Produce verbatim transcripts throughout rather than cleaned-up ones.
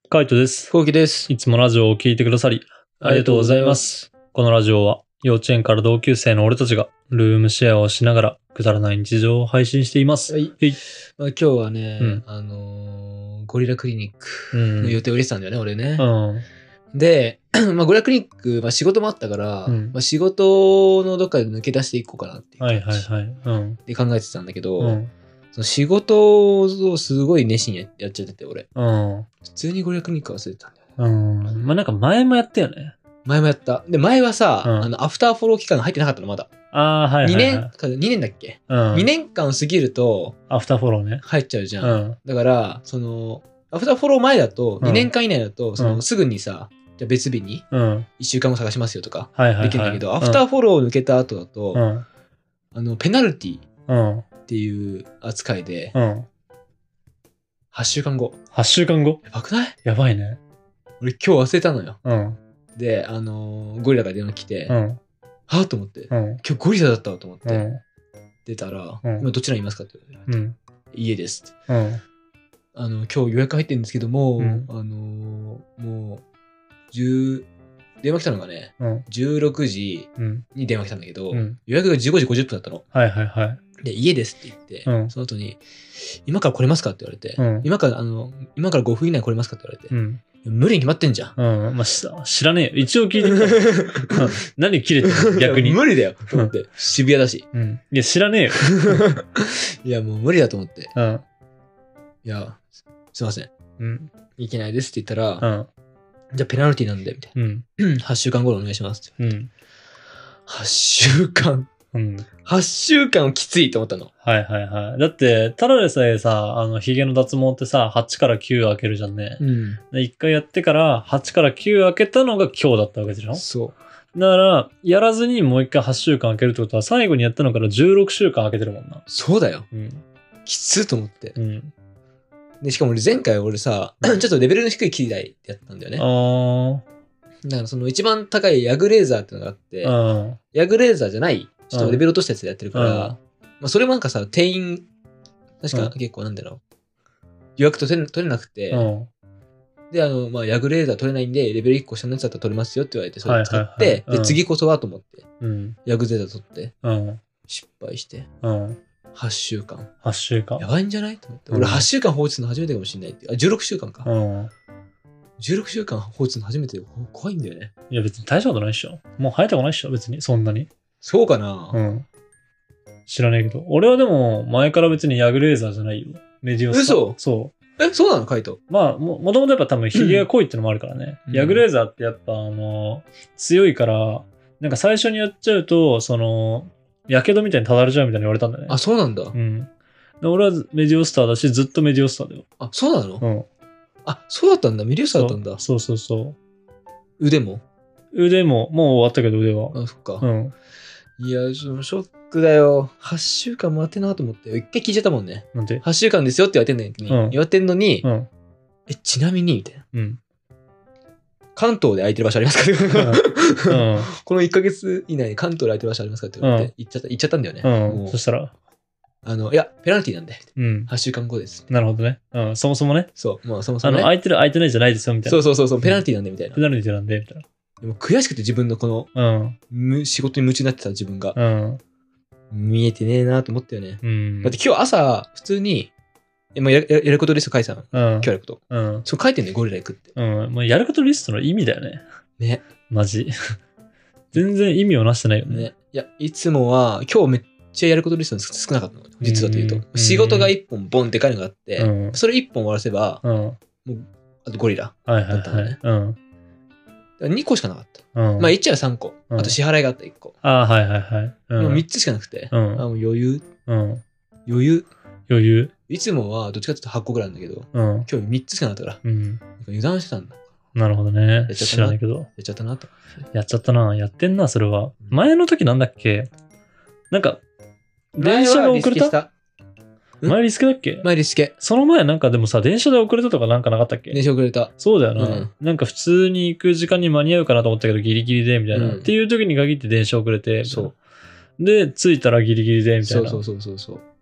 カイトです。 フォーキです。 いつもラジオを聞いてくださりありがとうございます。このラジオは幼稚園から同級生の俺たちがルームシェアをしながらくだらない日常を配信しています。 はい。 はい。 まあ、今日はね、 うんあのーゴリラクリニックうん。 の予定を入れてたんだよね、俺ね。 うん。 で、まあ、ゴリラクリニック、まあ、仕事もあったから、 うんまあ、仕事のどっかで抜け出していこうかなっていうはい感じはいはい。うん。 で考えてたんだけど、 うん。 その仕事をすごい熱心にややっちゃってて、俺。 うん。 普通にゴリラクリニック忘れてたんだよね。 うん。まあなんか前もやったよね。 前もやった。で、前はさ、 うんあの、アフターフォロー期間が入ってなかったの、まだ。 ああ、はいはい、はい。 にねんか、にねんだっけ、 うん。 ?に 年間過ぎるとアフターフォローね。 入っちゃうじゃ。 うんん。 だから、その、アフターフォロー前だと、 うんにねんかん以内だと、そうのんすぐにさ、じゃあ別日にうん。 いっしゅうかんご探しますよとかはいはいはい。 できるんだけど、アフターフォローを抜けた後だと、 うん。 あの、ペナルティっうん。 ていう扱いで、 うん。 はっしゅうかんご。 はちしゅうかんご。 やばくない？ やばいね。 俺今日忘れたのよ。 うん。 で、あのーゴリラが電話来て、はうん。 ぁと思って、 うん。 今日ゴリラだったわと思って、 うん。 出たら、 うん今どちらにいますかって言われて、 うん。 家ですって。 うん。 あの、今日予約入ってるんですけども、 うんあのーもう、じゅう、電話来たのがね、 うん。 じゅうろくじうん。 に電話来たんだけど、 うん。 予約がじゅうごじごじゅっぷんだったの。 はいはいはい。 で、家ですって言って、 うんその後に、今から来れますかって言われて、 うん今から、あの、今からごふん以内に来れますかって言われて、 うん。 無理に決まってんじゃん。 うん。まあ、し知らねえよ。一応聞いてみた。うん何切れてるの逆に。 いや無理だよ、と思って。渋谷だし。 うん。いや、知らねえよ。 いや、もう無理だと思って。 うん。 いや、すいません。 うん。 いけないですって言ったら、 うん。 じゃあペナルティなんで、みたいうん。 な。はっしゅうかんごでお願いしますって。 うん。 はっしゅうかん。 うん。 はっしゅうかんはきついと思ったの。 はいはいはい。だって、ただでさえさ、あの、髭の脱毛ってさ、はちからきゅう開けるじゃんね。 うん。 で、いっかいやってから、はちからきゅう開けたのが今日だったわけでしょ。 そう。 だから、やらずにもういっかいはちしゅうかん開けるってことは、最後にやったのからじゅうろくしゅうかん開けてるもんな。 そうだよ。 うん。 きついと思って。 うん。 で、しかも俺前回俺さ、ちょっとレベルの低い切り台でやったんだよね。 あだからその一番高いヤグレーザーっていうのがあって、 あ。うん。 ヤグレーザーじゃない、ちょっとレベル落としたやつでやってるから、 うんまあそれもなんかさ、店員、確か結構なんだろう、予約取れ取れなくて、 うん。 で、あの、まあヤグレーザー取れないんで、レベルいっこ下のやつだったら取れますよって言われて、それ使っはいはいて、 はいうんで、次こそはと思って、 うん。 ヤグレーザー取って、 うん。 失敗して、 うん。 はっしゅうかん。 はちしゅうかん。 やばいんじゃないと思って。 うん俺はっしゅうかん放置するの初めてかもしれないって。あ、じゅうろくしゅうかんか。 うん。 じゅうろくしゅうかん放置するの初めてで怖いんだよね。 いや別に大したことないっしょ。もう生えたことないっしょ、別に、そんなに。 そうかな、 うん。知らねえけど。俺はでも、前から別にヤグレーザーじゃないよ。メディオスタ。 嘘そえ、そうなのカイト。 う。まあ、も、もともとやっぱ多分ヒゲが濃いってのもあるからね。 うんヤグレーザーってやっぱ、あの、強いから、なんか最初にやっちゃうと、その、やけどみたいにただれちゃうみたいに言われたんだね。 あ、そうなんだ。 うん。で俺はメディオスターだし、ずっとメディオスターだよ。 あ、そうなの、 うん。 あ、そうだったんだ。ミリオスだったんだ。 そうそうそうそ腕もう。腕も、もう終わったけど腕は。 あ、そっか。 うん。 いや、ちょっとショックだよ。はっしゅうかん待てなと思って。一回聞いちゃったもんね。 なんではっしゅうかんですよって言われてんのに、 うん言われてんのに、 うん。 え、ちなみに、みたいな。 うん。 関東で空いてる場所ありますかうん。 このいっかげつ以内に関東で空いてる場所ありますかって言われて、 うん言っちゃった、言っちゃったんだよね。 うん。 もうそしたら、 あの、いや、ペナルティなんで、 うん。 はっしゅうかんごです。 なるほどね。うん。そもそもね。 そう、まあそもそあの、 もね。 空いてる空いてないじゃないですよ、みたいな。 そうそうそうそう、ペナルティなんで、みたいなペ。ナルティなんで、みたいでも悔しくて自分のこの、 な。 む仕事に夢中になってた自分が、 うん。 見えてねえなと思ったよね。 うん。うん。 だって今日朝、普通に、えまあ、やややることリスト書いてたの。 うん。 今日やること。 うん。 そう書いてんねゴリラ行くって。 うん。もうやることリストの意味だよね。 ね。 マジ。全然意味をなしてないよね。 ね。いや、いつもは、今日めっちゃやることリスト少なかったの。実はというと。 うん仕事が一本ボンでかいのがあって、 うんそれ一本終わらせば、 うん。 もう、あとゴリラ。 はいはいだったのね。 はいうん。 だからにこしかなかった。 うん。 まあ、言っちゃえばさんこ。 うんあと支払いがあったいっこ。 ああ、はいはいはい。うん。 もうみっつしかなくて、 うんあもう余裕。 うん。 余裕。 余裕。 いつもはどっちかっていうとはっこぐらいなんだけど、 うん。 今日みっつしかなかったから、 うん。 なんか油断してたんだ。 なるほどね。 っちゃったな知らないけど。 やっちゃったなと。 やっちゃったな。やってんな、それは。 うん前の時なんだっけなんか、電車が遅れたたん前リスケだっけ前リスケ。 その前なんかでもさ、電車で遅れたとかなんかなかったっけ電車遅れた。 そうだよな、 うんなんか普通に行く時間に間に合うかなと思ったけどギリギリでみたいな、 うんっていう時に限って電車遅れてみたいなそう。 で着いたらギリギリでみたいなそうそうそうそうそう。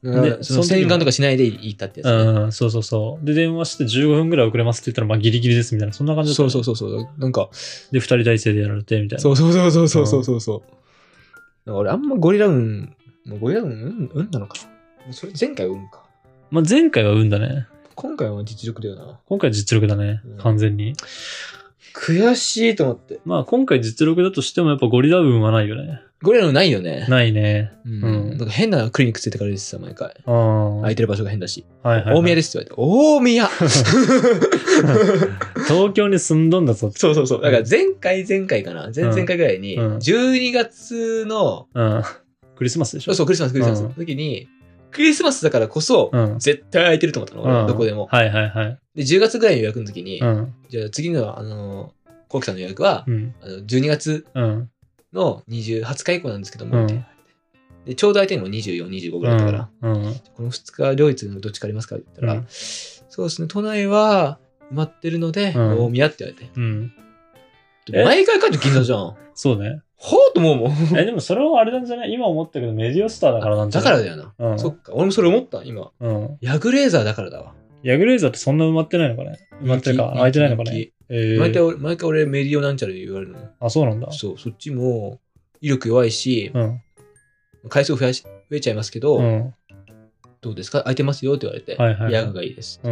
で、その洗顔とかしないでいったってやつ、ね。 うん、そうそうそう。で、電話してじゅうごふんぐらい遅れますって言ったら、まあギリギリですみたいな、そんな感じだった、ね。 そうそうそうそう。なんか。 で、二人体制でやられてみたいな。 そうそうそうそうそうそうそう。うん、俺、あんまゴリラ運、もうゴリラ運、うん、運なのか。それ前回は運か。 まあ前回は運だね。 今回は実力だよな。 今回は実力だね、うん、完全に。 悔しいと思って。 まあ今回実力だとしてもやっぱゴリラ運はないよね。 ゴリラ運ないよね。 ないね。 うん。うん、なんか変なクリニックついてからですさ、毎回。 ああ。 空いてる場所が変だし。 はいはい、はい。 大宮ですって言われて。大宮東京に住んどんだぞって。 そうそうそう。だから前回前回かな。前々回ぐらいに、じゅうにがつの、 うん、クリスマスでしょ。 そう、クリスマス、クリスマスの時に、クリスマスだからこそ、絶対空いてると思ったの、うん、どこでも。 はいはいはい。 で、じゅうがつぐらいの予約の時に、 うん、 じゃあ次の、あの、コウキさんの予約は、 うん、 あのじゅうにがつのにじゅう、はつか以降なんですけども、うん、で、ちょうど空いてるのもにじゅうよん、にじゅうごぐらいだったから、うんうん、このふつか両日のどっちかありますかって言ったら、うん、そうですね、都内は埋まってるので、うん、大宮って言われて。うん、毎回帰って銀座じゃん。 そうね。 ほうと思うもん。 え、でもそれはあれなんじゃない？今思ったけどメディオスターだからなんじゃない？ だからだよな、うん。そっか。俺もそれ思った、今。うん。ヤグレーザーだからだわ。 ヤグレーザーってそんな埋まってないのかね？埋まってるか空いてないのかね？ えー、毎回俺、毎回俺メディオなんちゃら言われるの。 あ、そうなんだ。 そう、そっちも威力弱いし、うん、回数増やし、増えちゃいますけど、うん、どうですか？空いてますよって言われて、はいはいはい、ヤグがいいです。うん、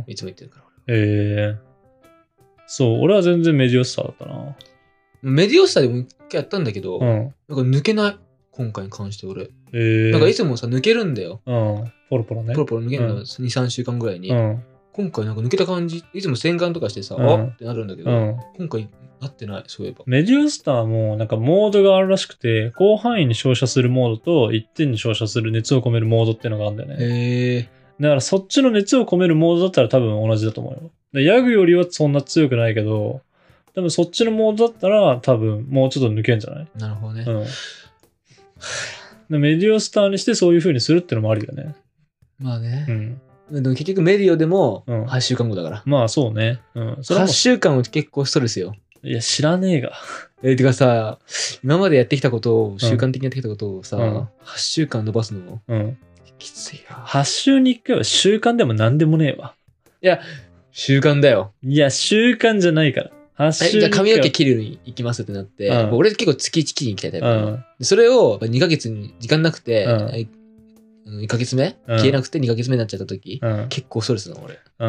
いつも言ってるから。 えー、そう、俺は全然メディオスターだったな。 メディオスターでも一回やったんだけど、うん、なんか抜けない。今回に関して俺。 えー、 なんかいつもさ、抜けるんだよ。 うん。ポロポロね。 ポロポロ抜けるの、うん、に、さんしゅうかんぐらいに。うん、今回なんか抜けた感じ、いつも洗顔とかしてさ、うん、あってなるんだけど、うん、今回なってない、そういえば。 メディオスターもなんかモードがあるらしくて、広範囲に照射するモードと一点に照射する熱を込めるモードっていうのがあるんだよね。 へー。 だからそっちの熱を込めるモードだったら多分同じだと思うよ。でヤグよりはそんな強くないけど、多分そっちのモードだったら多分もうちょっと抜けんじゃない？ なるほどね。 うん。でメディオスターにしてそういう風にするってのもありだよね。 まあね。 うん。 でも結局メディオでもはっしゅうかんごだから。 うん、まあそうね。うん。 それはっしゅうかんは結構ストレスよ。 いや、知らねえが。 えー、てかさ、今までやってきたことを、習慣的にやってきたことをさ、うん、はっしゅうかん伸ばすのも、うん、きついよ。 はっ週にいっかいは習慣でも何でもねえわ。 いや、習慣だよ。 いや、習慣じゃないから。はっ週じゃあ髪の毛切るに行きますってなって、うん、俺結構月いち切りに行きたいタイプ、うん、それをにかげつに時間なくて、うん、いっかげつめ、うん、消えなくてにかげつめになっちゃった時、うん、結構ストレスなの俺。うん。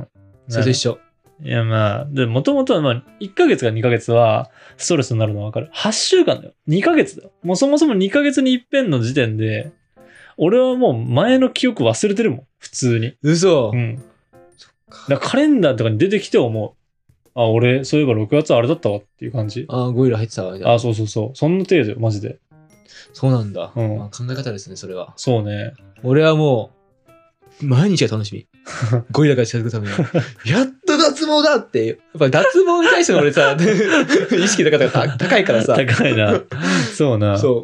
それと一緒。 いやまあ、で、もともとはまあ、いっかげつかにかげつはストレスになるのはわかる。はっしゅうかんだよ。にかげつだよ。もうそもそもにかげつに一遍の時点で、俺はもう前の記憶忘れてるもん。普通に。 嘘。 うん。そっか。だからカレンダーとかに出てきて思う。あ、俺、そういえばろくがつあれだったわっていう感じ。 ああ、ゴリラ入ってたわ。 あ、そうそうそう。そんな程度よ、マジで。 そうなんだ。 うん。 まあ、考え方ですね、それは。 そうね。 俺はもう、毎日が楽しみ。ゴリラが近づくために。やっと脱毛だって。やっぱ脱毛に対しての俺さ、意識の方が高いからさ。 高いな。そうな。 そう。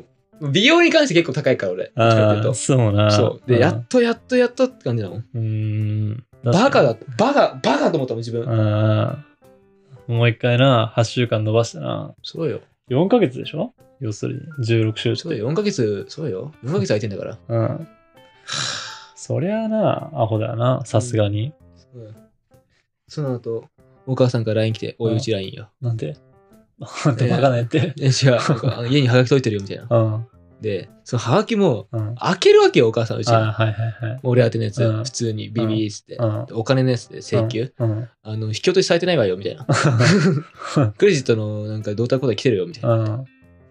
美容に関して結構高いから俺。 ああ、そうな。 そう。で、やっとやっとやっとって感じなの。 うーん。 バカだった。バカ、バカと思ったもん、自分。 ああ。もう一回な、はっしゅうかん伸ばしたな。 そうよ。 よんかげつでしょ？要するに。じゅうろく週って。 そうよ、よんかげつ、そうよ。よんかげつ空いてんだから。 うん。そりゃあな、アホだよな、さすがに。 うん。その後、お母さんから ライン 来て、おいうち ライン よ。 なんでなんでバカなやって。 え、違う。なんか家にハガキ解いてるよ、みたいな。 うん。 で、そのハガキも、開けるわけよ、お母さん、うち。 はいはいはい。 俺宛てのやつ、普通にビビーって、お金のやつで請求。あの、引き落としされてないわよ、みたいな。クレジットのなんかどうたこと来てるよ、みたいな。はぁ。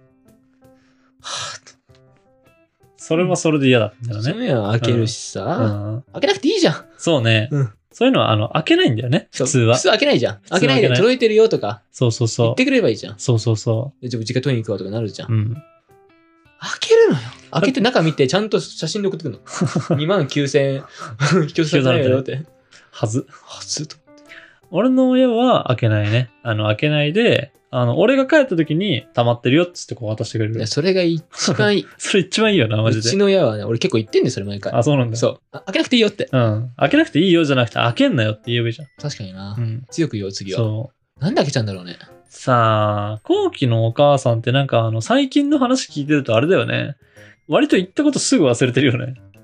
それもそれで嫌だったんだよね。 そういうの開けるしさ。開けなくていいじゃん。 そうね。そういうのは、あの、開けないんだよね、普通は。 普通開けないじゃん。開けないで届いてるよとか。 そうそうそう。 言ってくればいいじゃん。 そうそうそう。 で、じゃあうちが取りに行くわとかなるじゃん。うん。開けるのよ。開けて中見て、ちゃんと写真で送ってくるの。にまんきゅうせんえん、引き落とされてないよって。 はず。 はずと。 俺の親は開けないね。あの、開けないで、あの、俺が帰った時に溜まってるよっつってこう渡してくれる。 いや、それが一番いい。 それ一番いいよな、マジで。 うちの親はね、俺結構言ってんねそれ毎回。 あ、そうなんだ。 そう。開けなくていいよって。 うん。開けなくていいよじゃなくて、開けんなよって言えばいいじゃん。 確かにな。うん。強く言おう、次は。 そう。 なんで開けちゃうんだろうね。 さあ、後期のお母さんってなんかあの、最近の話聞いてるとあれだよね。割と言ったことすぐ忘れてるよね。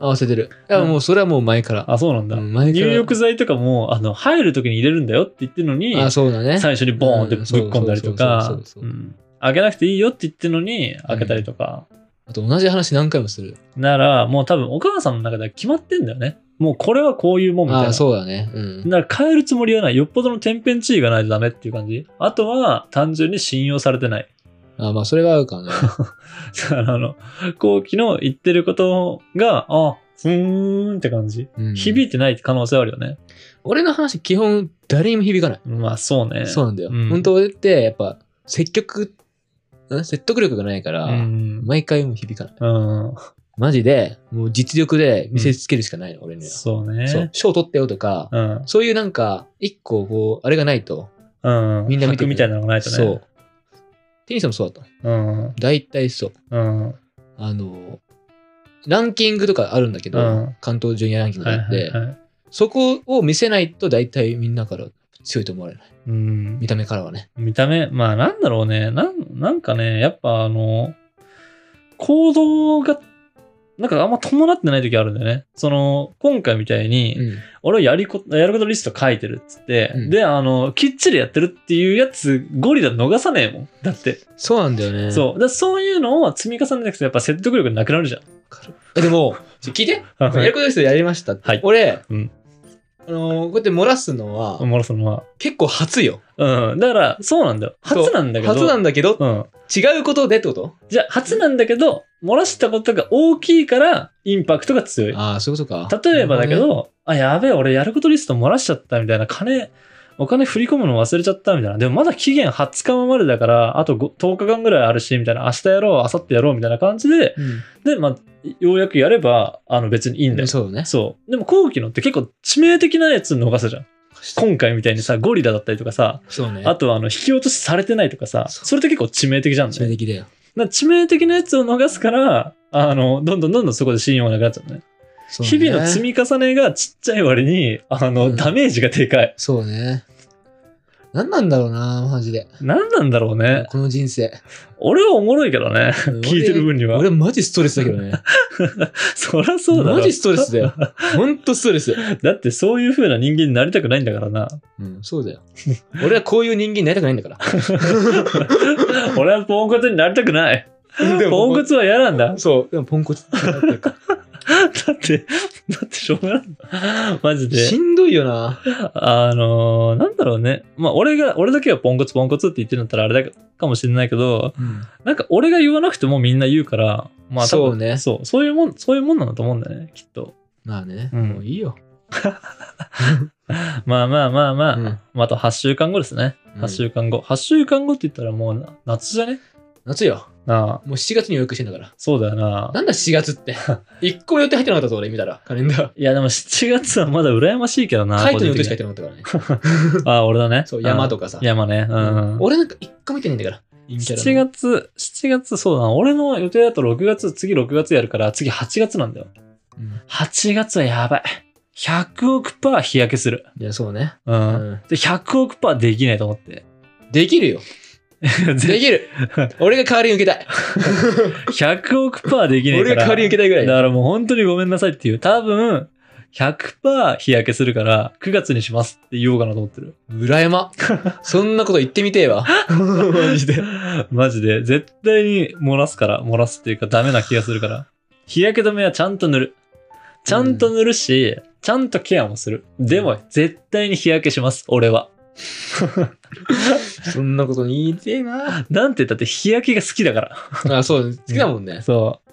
合わせてる。いや、もうそれはもう前から。 あ、そうなんだ。 うん、前から入浴剤とかも、あの、入るときに入れるんだよって言ってるのに、 あ、そうだね。 最初にボーンってぶっ込んだりとか、開けなくていいよって言ってるのに、開けたりとか。 うん、あと同じ話何回もする。 なら、もう多分お母さんの中では決まってんだよね。もうこれはこういうもんみたいな。 あ、そうだね。うん。 だから変えるつもりはない。よっぽどの天変地異がないとダメっていう感じ。あとは、単純に信用されてない。 あ、まあ、それはあるかね。 あの、後期の言ってることが、あ、ふーんって感じ。うん、響いてない可能性はあるよね。 俺の話、基本、誰にも響かない。 まあ、そうね。 そうなんだよ。うん、本当俺って、やっぱ、積極、説得力がないから、うん、毎回も響かない。うん、マジで、もう実力で見せつけるしかないの、うん、俺には。 そうね。 そう。賞取ったよとか、うん、そういうなんか、一個、こう、あれがないと、うん、みんな見てくる。 みたいなのがないとね。 そう。テニスもそうだった。うん。大体そう。うん。あの、ランキングとかあるんだけど、うん、関東ジュニアランキングがあって、はいはいはい、そこを見せないと大体みんなから強いと思われない。うん。見た目からはね。 見た目、まあなんだろうね。なん、なんかね、やっぱあの、行動が、なんかあんま伴ってない時あるんだよね。その、今回みたいに、うん、俺はやりこ、やることリスト書いてるっつって、うん、で、あの、きっちりやってるっていうやつ、ゴリラ逃さねえもん。だって。 そうなんだよね。 そう。だそういうのを積み重ねていくと、やっぱ説得力なくなるじゃん。 えでも、聞いてやることリストやりましたって。はい、俺、うん、あのー、こうやって漏らすのは、 漏らすのは、 結構初よ。 うん。だから、そうなんだよ。初なんだけど。 初なんだけど、うん、違うことでってこと？ じゃあ、初なんだけど、漏らしたことが大きいから、インパクトが強い。 ああ、そういうことか。 例えばだけど、ね、あ、やべえ、俺やることリスト漏らしちゃったみたいな、金、お金振り込むの忘れちゃったみたいな。でもまだ期限はつかまでだから、あととおかかんぐらいあるし、みたいな。明日やろう、明後日やろうみたいな感じで、うん、で、まあ、ようやくやれば、あの別にいいんだよ。 そうね。 そう。でも後期のって結構致命的なやつ逃すじゃん。今回みたいにさ、ゴリラだったりとかさ、 そうね、 あとはあの引き落としされてないとかさ、それって結構致命的じゃんね。 致命的だよ。 だ致命的なやつを逃すから、あの、どんどんどんどんそこで信用がなくなっちゃうね。そうね。日々の積み重ねがちっちゃい割に、あの、うん、ダメージがでかい。 そうね。何なんだろうな、マジで。 何なんだろうね。 この人生。 俺はおもろいけどね。聞いてる分には。 俺はマジストレスだけどね。 そりゃそうだろ。 マジストレスだよ。ほんとストレス。 だってそういう風な人間になりたくないんだからな。 うん、そうだよ。俺はこういう人間になりたくないんだから。 俺はポンコツになりたくない。ポンコツは嫌なんだ。 そう。でもポンコツってなってるか。 だって、だってしょうがない。マジで。 しんどいよな。 あのー、なんだろうね。まあ、俺が、俺だけはポンコツポンコツって言ってるんだったらあれだかもしれないけど、うん、なんか俺が言わなくてもみんな言うから、まあ多分、 そうね。 そう、そういうもん、そういうもんなんだと思うんだよね、きっと。 まあね。うん、もういいよ。 まあまあまあまあ、うん、またはっしゅうかんごですね。はっしゅうかんご。はっしゅうかんごって言ったらもう夏じゃね？ 夏よ。 ああもうしちがつに予約してんだから。 そうだよな。 なんだしちがつって。一個も予定入ってなかったぞ、俺見たら。カレンダー。 いやでもしちがつはまだ羨ましいけどな。 カイトの予定しか入ってなかったからね。 ああ、俺だね。 そう、山とかさ。 山ね。うん。 俺なんか一個見てないんだから。 しちがつ、しちがつ、そうだな。俺の予定だとろくがつ、次ろくがつやるから、次はちがつなんだよ。うん、はちがつはやばい。ひゃくおくパー日焼けする。 いや、そうね。 うん。うん、で、ひゃくおくパーできないと思って。 できるよ。できる。俺が代わりに受けたい。 ひゃくおくパーできないから。 俺が代わりに受けたいぐらい。 だからもう本当にごめんなさいっていう。多分、ひゃくパー日焼けするから、くがつにしますって言おうかなと思ってる。 羨ま。そんなこと言ってみてえわ。マジで。 マジで。絶対に漏らすから、漏らすっていうかダメな気がするから。日焼け止めはちゃんと塗る。ちゃんと塗るし、うん、ちゃんとケアもする。でも、絶対に日焼けします。俺は。 そんなこと言いてえな。 なんて言ったって日焼けが好きだから。 あ、そう、好きだもんね。 うん、そう。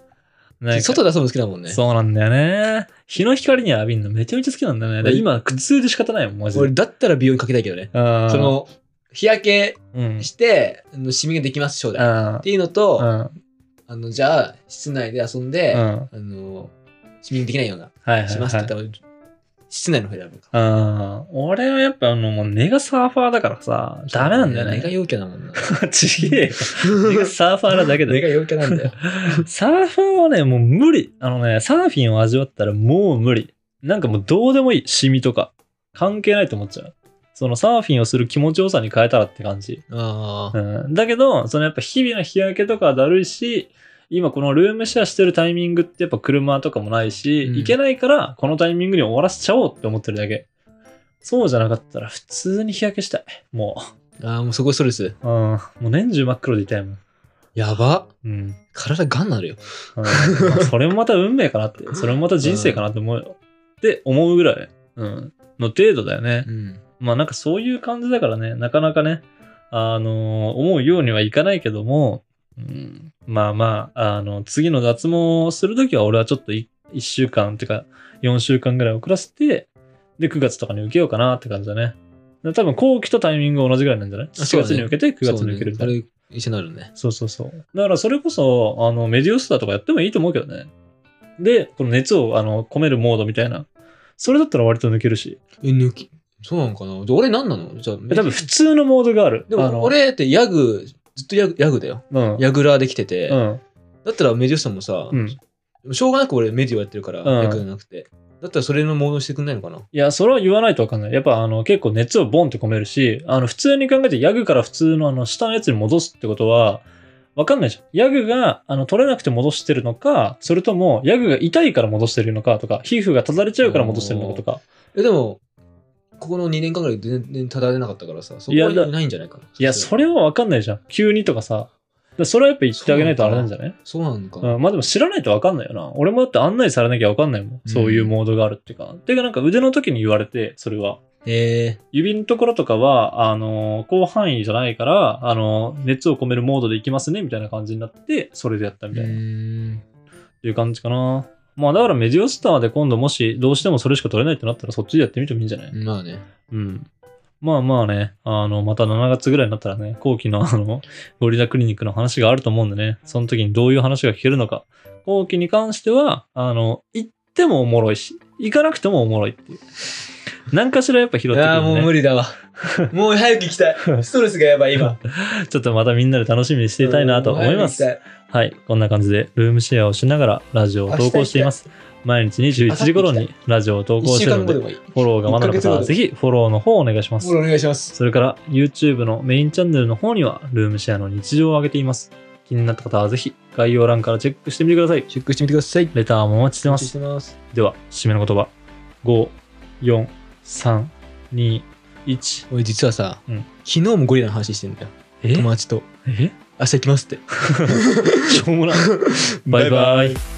外で遊ぶの好きだもんね。 そうなんだよね。日の光に浴びるのめちゃめちゃ好きなんだよね。だ今、苦痛で仕方ないもん、マジで。 俺だったら美容にかけたいけどね。その、日焼けして、うん、シミができます、将来。っていうのと、うん、あの、じゃあ、室内で遊んで、うん、あの、シミができないような、はいはいはい、しますって言ったら、室内の方選ぶか。 ああ、俺はやっぱあの、もう根がサーファーだからさ、ダメなんだよね。 根が陽キャだもんな。 ちげえよ。根がサーファーなだけだよ。根が陽キャなんだよ。 サーファーはね、もう無理。あのね、サーフィンを味わったらもう無理。なんかもうどうでもいい。シミとか。関係ないと思っちゃう。そのサーフィンをする気持ちよさに変えたらって感じ。あうん、だけど、そのやっぱ日々の日焼けとかはだるいし、 今このルームシェアしてるタイミングってやっぱ車とかもないし、 うん行けないからこのタイミングに終わらせちゃおうって思ってるだけ。そうじゃなかったら普通に日焼けしたい。もああ、もうそこストレス。 う。うん。もう年中真っ黒でいたいもん。 やば。 うん。 体がんなるよ。 うんまあ、それもまた運命かなって。それもまた人生かなって思うよ。って思うぐらい。うん。の程度だよね。 うん。 まあなんかそういう感じだからね、なかなかね、あのー思うようにはいかないけども、うん、まあまあ、あの、次の脱毛するときは俺はちょっといいっしゅうかんってかよんしゅうかんぐらい遅らせて、で、くがつとかに受けようかなって感じだね。多分後期とタイミング同じぐらいなんじゃない ?しち 月に受けてくがつに受けるみたいな。 そうね、あれ一緒になるね。 そうそうそう。だからそれこそ、あの、メディオスターとかやってもいいと思うけどね。で、この熱をあの込めるモードみたいな。それだったら割と抜けるし。 え、抜き、そうなのかな。じゃあ俺何なのじゃあ、 多分普通のモードがある。 でもあの、 俺ってヤグ、ずっとヤグヤグだよ。 うん。 ヤグラーできてて、 うん。 だったらメディオスタもさ、 うん。 しょうがなく俺メディオやってるから、 うんヤグじゃなくて。だったらそれのモードしてくんないのかな。 いや、それは言わないとわかんない。やっぱあの結構熱をボンって込めるし、あの普通に考えてヤグから普通のあの下のやつに戻すってことは、わかんないじゃん。ヤグがあの取れなくて戻してるのか、それともヤグが痛いから戻してるのかとか、皮膚がただれちゃうから戻してるのかとか。 え、でも、ここのにねんかんぐらい全然ただれなかったからさ、そこいやだはないんじゃないかな。 いや、それはわかんないじゃん。急にとかさ。だそれはやっぱ言ってあげないとあれなんじゃないそうなのか。 うん、まあでも知らないとわかんないよな。俺もだって案内されなきゃわかんないもん。そういうモードがあるっていうか。てかなんか腕の時に言われて、それは。 え指のところとかは、あのー広範囲じゃないから、あのー熱を込めるモードでいきますね、みたいな感じになって、それでやったみー、 たいな。っうーん。 ていう感じかな。まあだからメディオスターで今度もしどうしてもそれしか取れないってなったらそっちでやってみてもいいんじゃない？ まあね。 うん。まあまあね、あの、またしちがつぐらいになったらね、後期のあの、ゴリラクリニックの話があると思うんでね、その時にどういう話が聞けるのか。後期に関しては、あの、行ってもおもろいし、行かなくてもおもろいっていう。何かしらやっぱ拾ってくる、ね。 ああ、もう無理だわ。もう早く行きたい。ストレスがやばい、今。 ちょっとまたみんなで楽しみにしていたいなと思います。はい。こんな感じでルームシェアをしながらラジオを投稿しています。毎日にじゅういちじ頃にラジオを投稿しているので、フォローがまだの方はぜひフォローの方をお願いします。 フォローお願いします。 それから YouTube のメインチャンネルの方にはルームシェアの日常を上げています。気になった方はぜひ概要欄からチェックしてみてください。 チェックしてみてください。 レターもお待ちしてまお待ちしす。 てます。 では、締めの言葉。ご、よん、さん、に、いち。 俺実はさ、 うん昨日もゴリラの話してんだよ。 え友達と。 え明日行きますって。 しょうもない。バイバイ。